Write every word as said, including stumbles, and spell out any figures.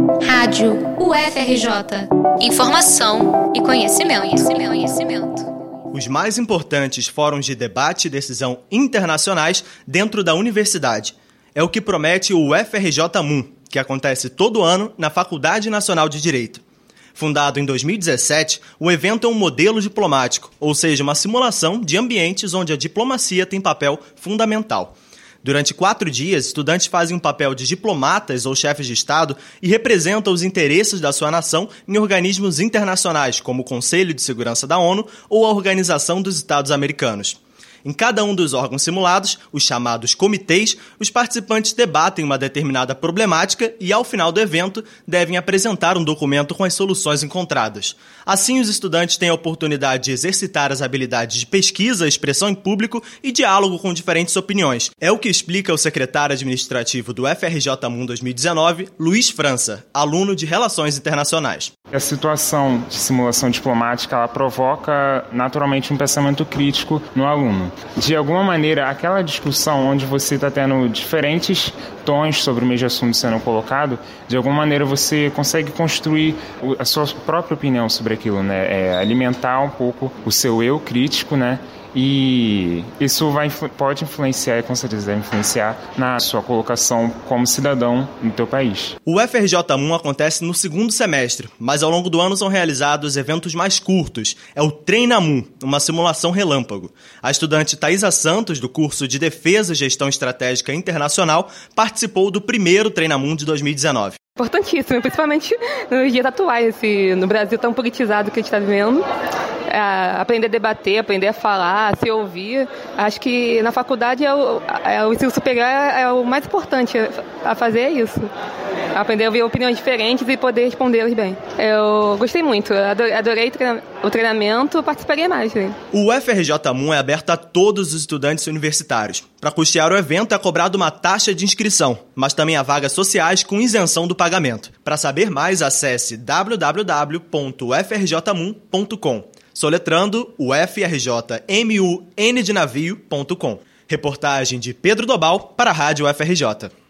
Rádio U F R J. Informação e conhecimento. conhecimento, conhecimento. Os mais importantes fóruns de debate e decisão internacionais dentro da universidade. É o que promete o U F R J M U, que acontece todo ano na Faculdade Nacional de Direito. Fundado em dois mil e dezessete, o evento é um modelo diplomático, ou seja, uma simulação de ambientes onde a diplomacia tem papel fundamental. Durante quatro dias, estudantes fazem um papel de diplomatas ou chefes de Estado e representam os interesses da sua nação em organismos internacionais, como o Conselho de Segurança da ONU ou a Organização dos Estados Americanos. Em cada um dos órgãos simulados, os chamados comitês, os participantes debatem uma determinada problemática e, ao final do evento, devem apresentar um documento com as soluções encontradas. Assim, os estudantes têm a oportunidade de exercitar as habilidades de pesquisa, expressão em público e diálogo com diferentes opiniões. É o que explica o secretário administrativo do F R J M U dois mil e dezenove, Luiz França, aluno de Relações Internacionais. A situação de simulação diplomática ela provoca naturalmente um pensamento crítico no aluno. De alguma maneira, aquela discussão onde você está tendo diferentes tons sobre o mesmo assunto sendo colocado, de alguma maneira você consegue construir a sua própria opinião sobre aquilo, né? É, alimentar um pouco o seu eu crítico, né? E isso vai, pode influenciar, e com certeza deve influenciar na sua colocação como cidadão no teu país. O U F R J M U acontece no segundo semestre, mas ao longo do ano são realizados eventos mais curtos. É o Treina-M U, uma simulação relâmpago. A estudante Thaisa Santos, do curso de Defesa e Gestão Estratégica Internacional, participou do primeiro Treina-M U de dois mil e dezenove. Importantíssimo, principalmente nos dias atuais, esse, no Brasil tão politizado que a gente está vivendo. É, aprender a debater, aprender a falar, se ouvir. Acho que na faculdade é o, é, o ensino superior é, é o mais importante a fazer é isso. Aprender a ouvir opiniões diferentes e poder respondê-las bem. Eu gostei muito, adorei, adorei o treinamento, participaria mais. Né? O U F R J M U é aberto a todos os estudantes universitários. Para custear o evento é cobrado uma taxa de inscrição, mas também há vagas sociais com isenção do pagamento. Para saber mais, acesse w w w ponto u f r j m u ponto com. Soletrando u f r j m u n de navio ponto com. Reportagem de Pedro Dobal para a Rádio U F R J.